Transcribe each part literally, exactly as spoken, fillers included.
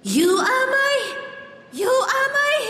You are my, you are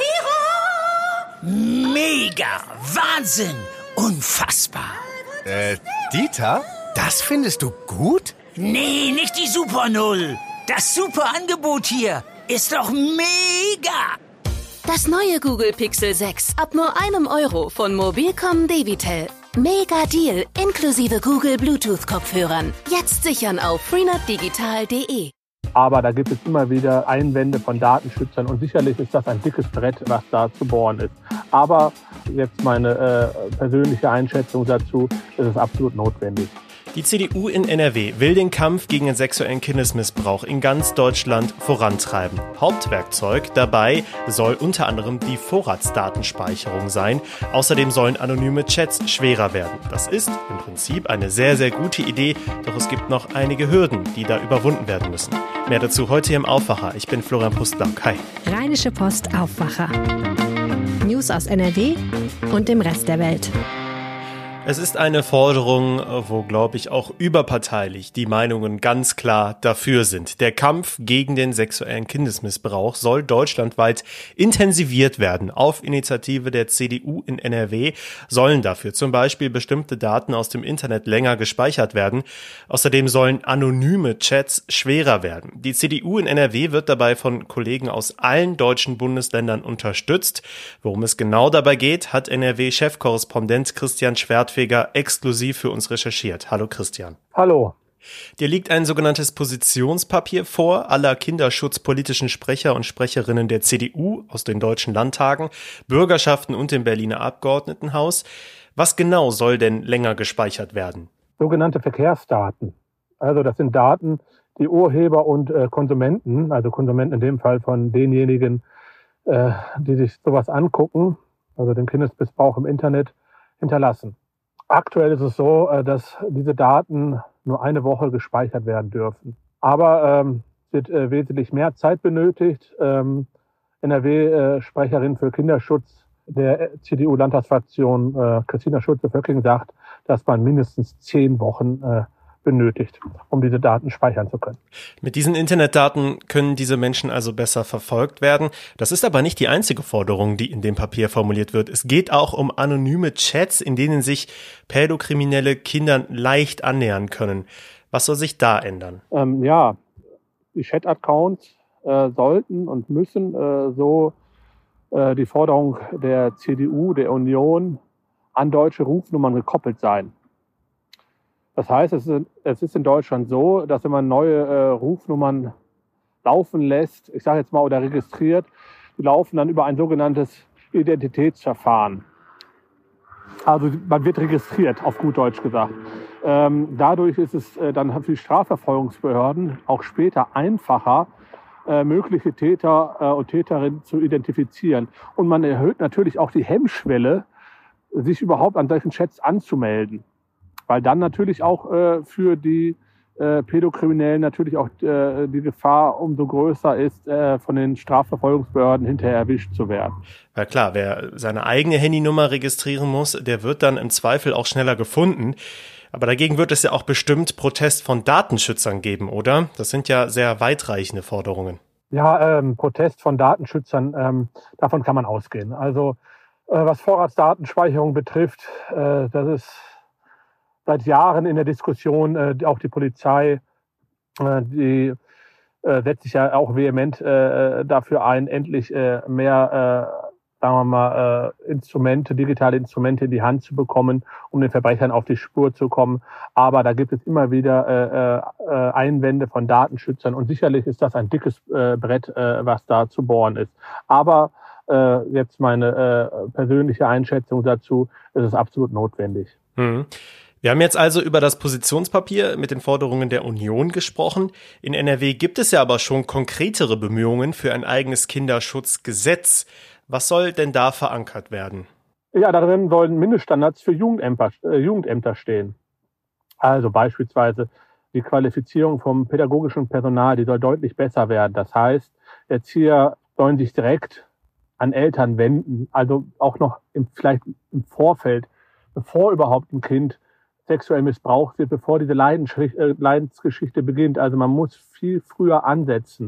my hero! Mega! Wahnsinn! Unfassbar! Äh, Dieter? Das findest du gut? Nee, nicht die Super Null. Das Super-Angebot hier ist doch mega! Das neue Google Pixel sechs ab nur einem Euro von Mobilcom Debitel. Mega Deal inklusive Google Bluetooth-Kopfhörern. Jetzt sichern auf freenet digital punkt de. Aber da gibt es immer wieder Einwände von Datenschützern und sicherlich ist das ein dickes Brett, was da zu bohren ist. Aber jetzt meine äh, persönliche Einschätzung dazu, ist es absolut notwendig. Die C D U in N R W will den Kampf gegen den sexuellen Kindesmissbrauch in ganz Deutschland vorantreiben. Hauptwerkzeug dabei soll unter anderem die Vorratsdatenspeicherung sein. Außerdem sollen anonyme Chats schwerer werden. Das ist im Prinzip eine sehr, sehr gute Idee, doch es gibt noch einige Hürden, die da überwunden werden müssen. Mehr dazu heute hier im Aufwacher. Ich bin Florian Pustlauk. Hi. Rheinische Post Aufwacher. News aus N R W und dem Rest der Welt. Es ist eine Forderung, wo, glaube ich, auch überparteilich die Meinungen ganz klar dafür sind. Der Kampf gegen den sexuellen Kindesmissbrauch soll deutschlandweit intensiviert werden. Auf Initiative der C D U in N R W sollen dafür zum Beispiel bestimmte Daten aus dem Internet länger gespeichert werden. Außerdem sollen anonyme Chats schwerer werden. Die C D U in N R W wird dabei von Kollegen aus allen deutschen Bundesländern unterstützt. Worum es genau dabei geht, hat N R W-Chefkorrespondent Christian Schwertfeger exklusiv für uns recherchiert. Hallo Christian. Hallo. Dir liegt ein sogenanntes Positionspapier vor aller kinderschutzpolitischen Sprecher und Sprecherinnen der C D U aus den deutschen Landtagen, Bürgerschaften und dem Berliner Abgeordnetenhaus. Was genau soll denn länger gespeichert werden? Sogenannte Verkehrsdaten. Also das sind Daten, die Urheber und äh, Konsumenten, also Konsumenten in dem Fall von denjenigen, äh, die sich sowas angucken, also den Kindesmissbrauch im Internet, hinterlassen. Aktuell ist es so, dass diese Daten nur eine Woche gespeichert werden dürfen. Aber ähm, wird äh, wesentlich mehr Zeit benötigt. Ähm, N R W-Sprecherin für Kinderschutz der C D U-Landtagsfraktion äh, Christina Schulze-Völkling sagt, dass man mindestens zehn Wochen äh, benötigt, um diese Daten speichern zu können. Mit diesen Internetdaten können diese Menschen also besser verfolgt werden. Das ist aber nicht die einzige Forderung, die in dem Papier formuliert wird. Es geht auch um anonyme Chats, in denen sich Pädokriminelle Kindern leicht annähern können. Was soll sich da ändern? Ähm, ja, die Chat-Accounts äh, sollten und müssen äh, so äh, die Forderung der C D U, der Union, an deutsche Rufnummern gekoppelt sein. Das heißt, es ist, es ist in Deutschland so, dass wenn man neue äh, Rufnummern laufen lässt, ich sage jetzt mal, oder registriert, die laufen dann über ein sogenanntes Identitätsverfahren. Also man wird registriert, auf gut Deutsch gesagt. Ähm, dadurch ist es äh, dann für die Strafverfolgungsbehörden auch später einfacher, äh, mögliche Täter äh, und Täterinnen zu identifizieren. Und man erhöht natürlich auch die Hemmschwelle, sich überhaupt an solchen Chats anzumelden. Weil dann natürlich auch äh, für die äh, Pädokriminellen natürlich auch äh, die Gefahr umso größer ist, äh, von den Strafverfolgungsbehörden hinterher erwischt zu werden. Ja klar, wer seine eigene Handynummer registrieren muss, der wird dann im Zweifel auch schneller gefunden. Aber dagegen wird es ja auch bestimmt Protest von Datenschützern geben, oder? Das sind ja sehr weitreichende Forderungen. Ja, ähm, Protest von Datenschützern, ähm, davon kann man ausgehen. Also äh, was Vorratsdatenspeicherung betrifft, äh, das ist seit Jahren in der Diskussion, äh, auch die Polizei, äh, die äh, setzt sich ja auch vehement äh, dafür ein, endlich äh, mehr, äh, sagen wir mal, äh, Instrumente, digitale Instrumente in die Hand zu bekommen, um den Verbrechern auf die Spur zu kommen. Aber da gibt es immer wieder äh, äh, Einwände von Datenschützern und sicherlich ist das ein dickes äh, Brett, äh, was da zu bohren ist. Aber äh, jetzt meine äh, persönliche Einschätzung dazu, ist es absolut notwendig. Hm. Wir haben jetzt also über das Positionspapier mit den Forderungen der Union gesprochen. In N R W gibt es ja aber schon konkretere Bemühungen für ein eigenes Kinderschutzgesetz. Was soll denn da verankert werden? Ja, darin sollen Mindeststandards für Jugendämter, äh, Jugendämter stehen. Also beispielsweise die Qualifizierung vom pädagogischen Personal, die soll deutlich besser werden. Das heißt, Erzieher sollen sich direkt an Eltern wenden, also auch noch im, vielleicht im Vorfeld, bevor überhaupt ein Kind sexuell missbraucht wird, bevor diese Leidensgeschichte beginnt. Also man muss viel früher ansetzen.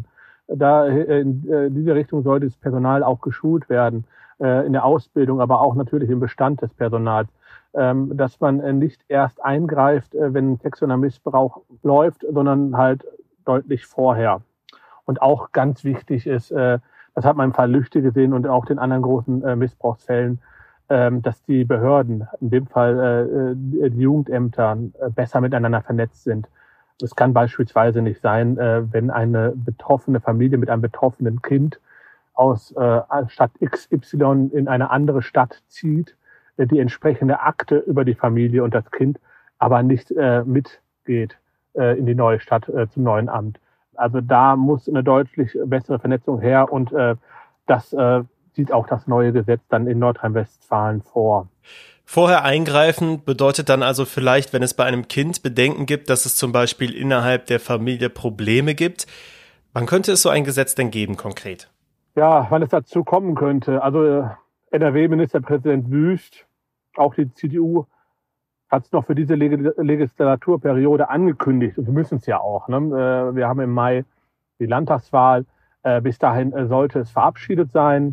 Da in diese Richtung sollte das Personal auch geschult werden, in der Ausbildung, aber auch natürlich im Bestand des Personals, dass man nicht erst eingreift, wenn sexueller Missbrauch läuft, sondern halt deutlich vorher. Und auch ganz wichtig ist, das hat man im Fall Lüchte gesehen und auch den anderen großen Missbrauchsfällen, dass die Behörden, in dem Fall die Jugendämter, besser miteinander vernetzt sind. Es kann beispielsweise nicht sein, wenn eine betroffene Familie mit einem betroffenen Kind aus Stadt X Y in eine andere Stadt zieht, die entsprechende Akte über die Familie und das Kind aber nicht mitgeht in die neue Stadt zum neuen Amt. Also da muss eine deutlich bessere Vernetzung her und das sieht auch das neue Gesetz dann in Nordrhein-Westfalen vor. Vorher eingreifen bedeutet dann also vielleicht, wenn es bei einem Kind Bedenken gibt, dass es zum Beispiel innerhalb der Familie Probleme gibt. Wann könnte es so ein Gesetz denn geben konkret? Ja, wann es dazu kommen könnte. Also N R W-Ministerpräsident Wüst, auch die C D U, hat es noch für diese Leg- Legislaturperiode angekündigt. Und wir müssen es ja auch. Ne? Wir haben im Mai die Landtagswahl. Bis dahin sollte es verabschiedet sein.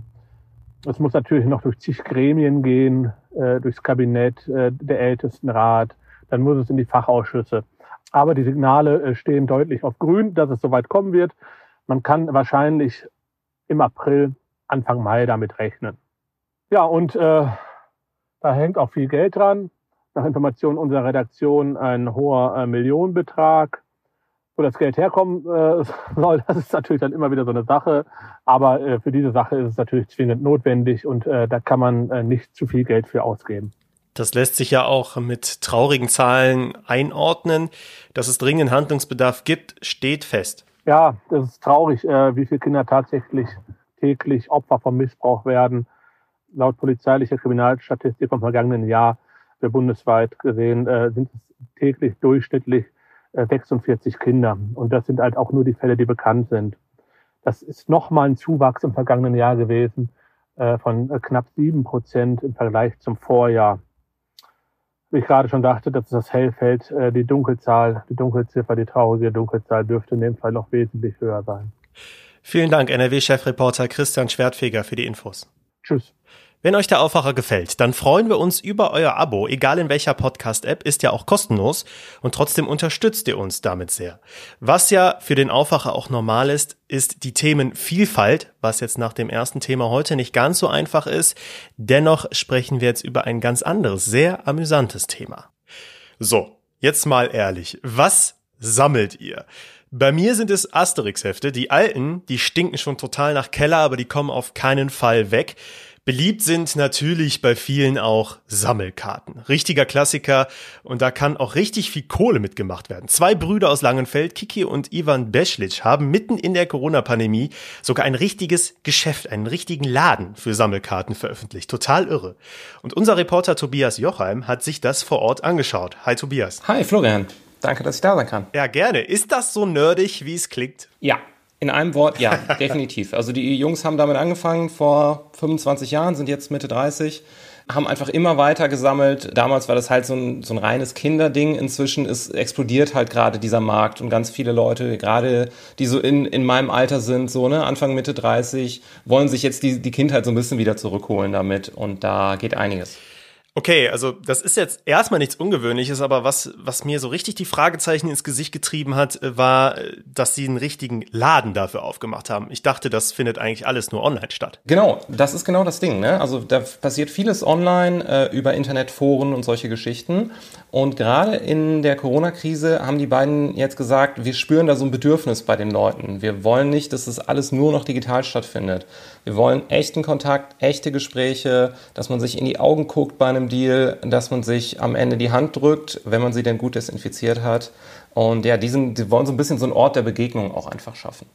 Es muss natürlich noch durch zig Gremien gehen, äh, durchs Kabinett, äh, der Ältestenrat, dann muss es in die Fachausschüsse. Aber die Signale äh, stehen deutlich auf grün, dass es soweit kommen wird. Man kann wahrscheinlich im April, Anfang Mai damit rechnen. Ja, und äh, da hängt auch viel Geld dran. Nach Informationen unserer Redaktion ein hoher äh, Millionenbetrag. Wo das Geld herkommen äh, soll, das ist natürlich dann immer wieder so eine Sache. Aber äh, für diese Sache ist es natürlich zwingend notwendig und äh, da kann man äh, nicht zu viel Geld für ausgeben. Das lässt sich ja auch mit traurigen Zahlen einordnen. Dass es dringenden Handlungsbedarf gibt, steht fest. Ja, das ist traurig, äh, wie viele Kinder tatsächlich täglich Opfer von Missbrauch werden. Laut polizeilicher Kriminalstatistik vom vergangenen Jahr, äh, bundesweit gesehen, äh, sind es täglich durchschnittlich sechsundvierzig Kinder. Und das sind halt auch nur die Fälle, die bekannt sind. Das ist nochmal ein Zuwachs im vergangenen Jahr gewesen äh, von äh, knapp sieben Prozent im Vergleich zum Vorjahr. Wie ich gerade schon sagte, das ist das Hellfeld. Äh, die Dunkelzahl, die Dunkelziffer, die traurige Dunkelzahl dürfte in dem Fall noch wesentlich höher sein. Vielen Dank, N R W-Chefreporter Christian Schwertfeger, für die Infos. Tschüss. Wenn euch der Aufwacher gefällt, dann freuen wir uns über euer Abo, egal in welcher Podcast-App, ist ja auch kostenlos und trotzdem unterstützt ihr uns damit sehr. Was ja für den Aufwacher auch normal ist, ist die Themenvielfalt, was jetzt nach dem ersten Thema heute nicht ganz so einfach ist. Dennoch sprechen wir jetzt über ein ganz anderes, sehr amüsantes Thema. So, jetzt mal ehrlich, was sammelt ihr? Bei mir sind es Asterix-Hefte, die alten, die stinken schon total nach Keller, aber die kommen auf keinen Fall weg. Beliebt sind natürlich bei vielen auch Sammelkarten. Richtiger Klassiker und da kann auch richtig viel Kohle mitgemacht werden. Zwei Brüder aus Langenfeld, Kiki und Ivan Beschlic, haben mitten in der Corona-Pandemie sogar ein richtiges Geschäft, einen richtigen Laden für Sammelkarten veröffentlicht. Total irre. Und unser Reporter Tobias Jochheim hat sich das vor Ort angeschaut. Hi Tobias. Hi Florian. Danke, dass ich da sein kann. Ja, gerne. Ist das so nerdig, wie es klingt? Ja. In einem Wort, ja, definitiv. Also die Jungs haben damit angefangen vor fünfundzwanzig Jahren, sind jetzt Mitte dreißig, haben einfach immer weiter gesammelt. Damals war das halt so ein, so ein reines Kinderding. Inzwischen ist explodiert halt gerade dieser Markt und ganz viele Leute, gerade die so in, in meinem Alter sind, so ne Anfang, Mitte dreißig, wollen sich jetzt die, die Kindheit so ein bisschen wieder zurückholen damit und da geht einiges. Okay, also das ist jetzt erstmal nichts Ungewöhnliches, aber was was mir so richtig die Fragezeichen ins Gesicht getrieben hat, war, dass sie einen richtigen Laden dafür aufgemacht haben. Ich dachte, das findet eigentlich alles nur online statt. Genau, das ist genau das Ding, ne? Also da passiert vieles online, äh, über Internetforen und solche Geschichten. Und gerade in der Corona-Krise haben die beiden jetzt gesagt, wir spüren da so ein Bedürfnis bei den Leuten. Wir wollen nicht, dass das alles nur noch digital stattfindet. Wir wollen echten Kontakt, echte Gespräche, dass man sich in die Augen guckt bei einem Deal, dass man sich am Ende die Hand drückt, wenn man sie denn gut desinfiziert hat. Und ja, die, sind, die wollen so ein bisschen so einen Ort der Begegnung auch einfach schaffen.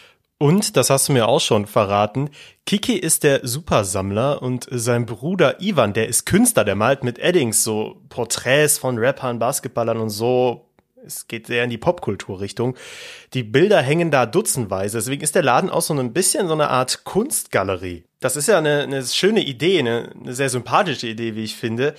Und, das hast du mir auch schon verraten, Kiki ist der Supersammler und sein Bruder Ivan, der ist Künstler, der malt mit Eddings so Porträts von Rappern, Basketballern und so. Es geht sehr in die Popkulturrichtung. Die Bilder hängen da dutzendweise, deswegen ist der Laden auch so ein bisschen so eine Art Kunstgalerie. Das ist ja eine, eine schöne Idee, eine, eine sehr sympathische Idee, wie ich finde.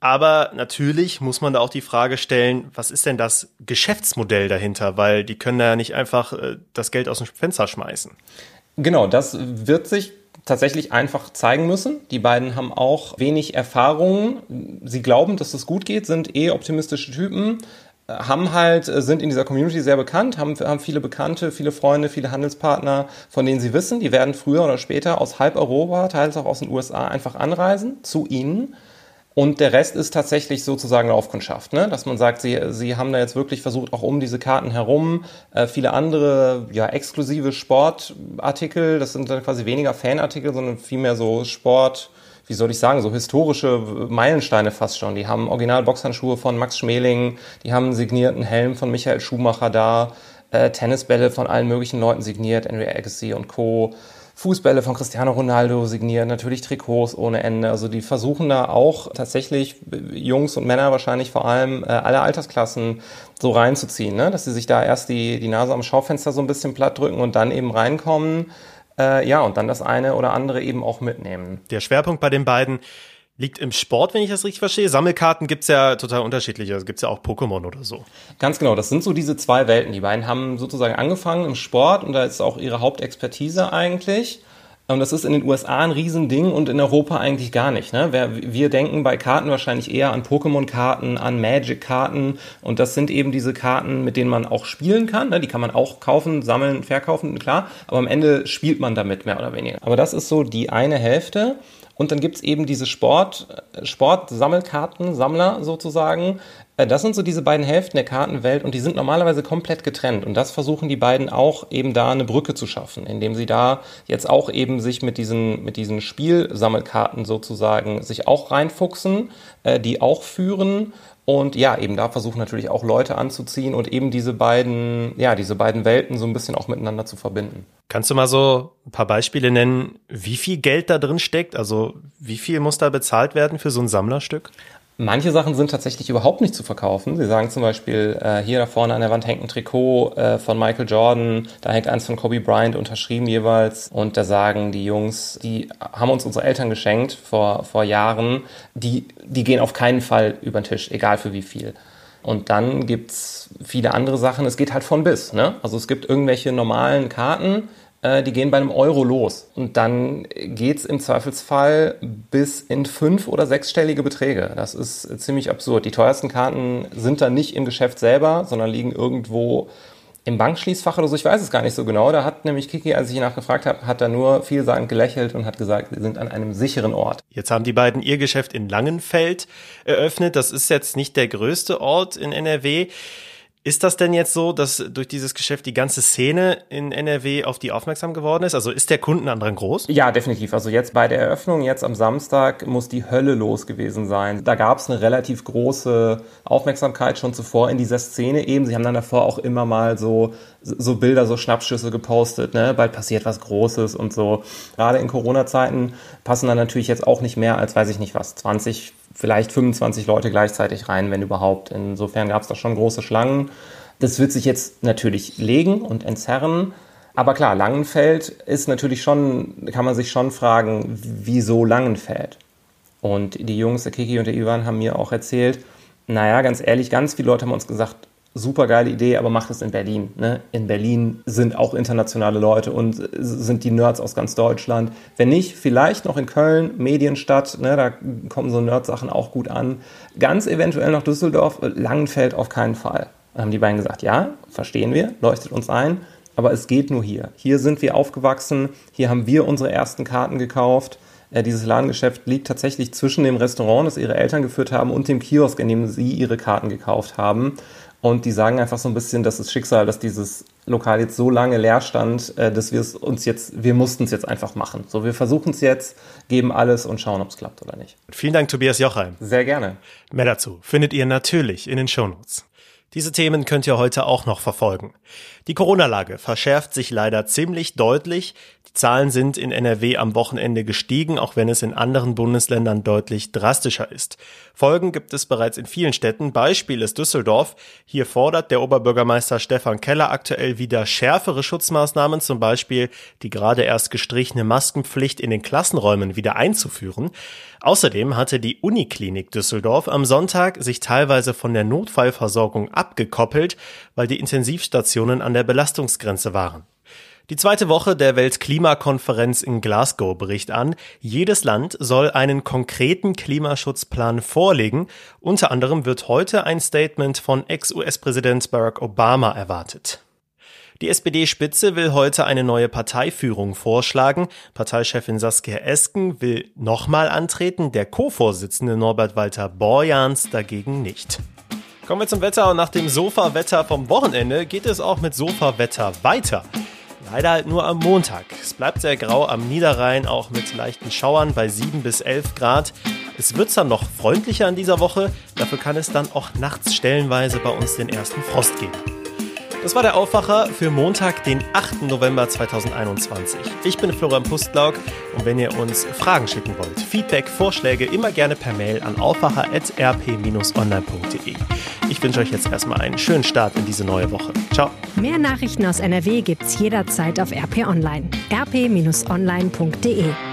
Aber natürlich muss man da auch die Frage stellen, was ist denn das Geschäftsmodell dahinter? Weil die können ja nicht einfach äh, das Geld aus dem Fenster schmeißen. Genau, das wird sich tatsächlich einfach zeigen müssen. Die beiden haben auch wenig Erfahrung. Sie glauben, dass es gut geht, sind eh optimistische Typen, haben halt, sind in dieser Community sehr bekannt, haben, haben viele Bekannte, viele Freunde, viele Handelspartner, von denen sie wissen, die werden früher oder später aus halb Europa, teils auch aus den U S A, einfach anreisen zu ihnen. Und der Rest ist tatsächlich sozusagen Laufkundschaft, ne? Dass man sagt, sie, sie haben da jetzt wirklich versucht, auch um diese Karten herum äh, viele andere, ja, exklusive Sportartikel, das sind dann quasi weniger Fanartikel, sondern vielmehr so Sport, wie soll ich sagen, so historische Meilensteine fast schon. Die haben Original-Boxhandschuhe von Max Schmeling, die haben einen signierten Helm von Michael Schumacher da, äh, Tennisbälle von allen möglichen Leuten signiert, Andrew Agassi und Co., Fußbälle von Cristiano Ronaldo signiert, natürlich Trikots ohne Ende. Also die versuchen da auch tatsächlich, Jungs und Männer wahrscheinlich vor allem, äh, alle Altersklassen so reinzuziehen, ne? Dass sie sich da erst die, die Nase am Schaufenster so ein bisschen platt drücken und dann eben reinkommen. Äh, ja, und dann das eine oder andere eben auch mitnehmen. Der Schwerpunkt bei den beiden liegt im Sport, wenn ich das richtig verstehe. Sammelkarten gibt's ja total unterschiedliche. Es gibt's ja auch Pokémon oder so. Ganz genau, das sind so diese zwei Welten. Die beiden haben sozusagen angefangen im Sport und da ist auch ihre Hauptexpertise eigentlich. Und das ist in den U S A ein Riesending und in Europa eigentlich gar nicht, ne? Wir denken bei Karten wahrscheinlich eher an Pokémon-Karten, an Magic-Karten und das sind eben diese Karten, mit denen man auch spielen kann, ne? Die kann man auch kaufen, sammeln, verkaufen, klar, aber am Ende spielt man damit mehr oder weniger. Aber das ist so die eine Hälfte. Und dann gibt's eben diese Sport, Sport-Sammelkarten, Sammler sozusagen. Das sind so diese beiden Hälften der Kartenwelt und die sind normalerweise komplett getrennt. Und das versuchen die beiden auch eben da eine Brücke zu schaffen, indem sie da jetzt auch eben sich mit diesen, mit diesen Spielsammelkarten sozusagen sich auch reinfuchsen, die auch führen. Und ja, eben da versuchen natürlich auch Leute anzuziehen und eben diese beiden, ja, diese beiden Welten so ein bisschen auch miteinander zu verbinden. Kannst du mal so ein paar Beispiele nennen, wie viel Geld da drin steckt? Also wie viel muss da bezahlt werden für so ein Sammlerstück? Manche Sachen sind tatsächlich überhaupt nicht zu verkaufen. Sie sagen zum Beispiel, äh, hier da vorne an der Wand hängt ein Trikot äh, von Michael Jordan, da hängt eins von Kobe Bryant unterschrieben jeweils. Und da sagen die Jungs, die haben uns unsere Eltern geschenkt vor, vor Jahren, die, die gehen auf keinen Fall über den Tisch, egal für wie viel. Und dann gibt's viele andere Sachen, es geht halt von bis, ne? Also es gibt irgendwelche normalen Karten, die gehen bei einem Euro los. Und dann geht's im Zweifelsfall bis in fünf- oder sechsstellige Beträge. Das ist ziemlich absurd. Die teuersten Karten sind dann nicht im Geschäft selber, sondern liegen irgendwo im Bankschließfach oder so. Ich weiß es gar nicht so genau. Da hat nämlich Kiki, als ich ihn nachgefragt habe, hat er nur vielsagend gelächelt und hat gesagt, wir sind an einem sicheren Ort. Jetzt haben die beiden ihr Geschäft in Langenfeld eröffnet. Das ist jetzt nicht der größte Ort in N R W. Ist das denn jetzt so, dass durch dieses Geschäft die ganze Szene in N R W auf die aufmerksam geworden ist? Also ist der Kundenandrang groß? Ja, definitiv. Also jetzt bei der Eröffnung, jetzt am Samstag, muss die Hölle los gewesen sein. Da gab es eine relativ große Aufmerksamkeit schon zuvor in dieser Szene eben. Sie haben dann davor auch immer mal so, so Bilder, so Schnappschüsse gepostet, ne? Bald passiert was Großes und so. Gerade in Corona-Zeiten passen dann natürlich jetzt auch nicht mehr als, weiß ich nicht was, zwanzig, vielleicht fünfundzwanzig Leute gleichzeitig rein, wenn überhaupt. Insofern gab es da schon große Schlangen. Das wird sich jetzt natürlich legen und entzerren. Aber klar, Langenfeld ist natürlich schon, kann man sich schon fragen, wieso Langenfeld? Und die Jungs, der Kiki und der Ivan, haben mir auch erzählt, naja, ganz ehrlich, ganz viele Leute haben uns gesagt, super geile Idee, aber macht es in Berlin. Ne? In Berlin sind auch internationale Leute und sind die Nerds aus ganz Deutschland. Wenn nicht, vielleicht noch in Köln, Medienstadt, ne? Da kommen so Nerd-Sachen auch gut an. Ganz eventuell noch Düsseldorf, Langenfeld auf keinen Fall. Dann haben die beiden gesagt, ja, verstehen wir, leuchtet uns ein, aber es geht nur hier. Hier sind wir aufgewachsen, hier haben wir unsere ersten Karten gekauft. Äh, dieses Ladengeschäft liegt tatsächlich zwischen dem Restaurant, das ihre Eltern geführt haben, und dem Kiosk, in dem sie ihre Karten gekauft haben. Und die sagen einfach so ein bisschen, das ist Schicksal, dass dieses Lokal jetzt so lange leer stand, dass wir es uns jetzt, wir mussten es jetzt einfach machen. So, wir versuchen es jetzt, geben alles und schauen, ob es klappt oder nicht. Vielen Dank, Tobias Jochheim. Sehr gerne. Mehr dazu findet ihr natürlich in den Shownotes. Diese Themen könnt ihr heute auch noch verfolgen. Die Die Corona-Lage verschärft sich leider ziemlich deutlich. Die Zahlen sind in N R W am Wochenende gestiegen, auch wenn es in anderen Bundesländern deutlich drastischer ist. Folgen gibt es bereits in vielen Städten. Beispiel ist Düsseldorf. Hier fordert der Oberbürgermeister Stefan Keller aktuell wieder schärfere Schutzmaßnahmen, zum Beispiel die gerade erst gestrichene Maskenpflicht in den Klassenräumen wieder einzuführen. Außerdem hatte die Uniklinik Düsseldorf am Sonntag sich teilweise von der Notfallversorgung abgekoppelt, weil die Intensivstationen an der Belastungsgrenze waren. Die zweite Woche der Weltklimakonferenz in Glasgow bricht an. Jedes Land soll einen konkreten Klimaschutzplan vorlegen. Unter anderem wird heute ein Statement von Ex-U S-Präsident Barack Obama erwartet. Die S P D-Spitze will heute eine neue Parteiführung vorschlagen. Parteichefin Saskia Esken will nochmal antreten, der Co-Vorsitzende Norbert Walter Borjans dagegen nicht. Kommen wir zum Wetter und nach dem Sofa-Wetter vom Wochenende geht es auch mit Sofa-Wetter weiter. Leider halt nur am Montag. Es bleibt sehr grau am Niederrhein, auch mit leichten Schauern bei sieben bis elf Grad. Es wird dann noch freundlicher in dieser Woche, dafür kann es dann auch nachts stellenweise bei uns den ersten Frost geben. Das war der Aufwacher für Montag, den achten November zweitausendeinundzwanzig. Ich bin Florian Pustlauk und wenn ihr uns Fragen schicken wollt, Feedback, Vorschläge, immer gerne per Mail an aufwacher at r p dash online punkt d e. Ich wünsche euch jetzt erstmal einen schönen Start in diese neue Woche. Ciao. Mehr Nachrichten aus N R W gibt's jederzeit auf R P Online. r p dash online punkt d e.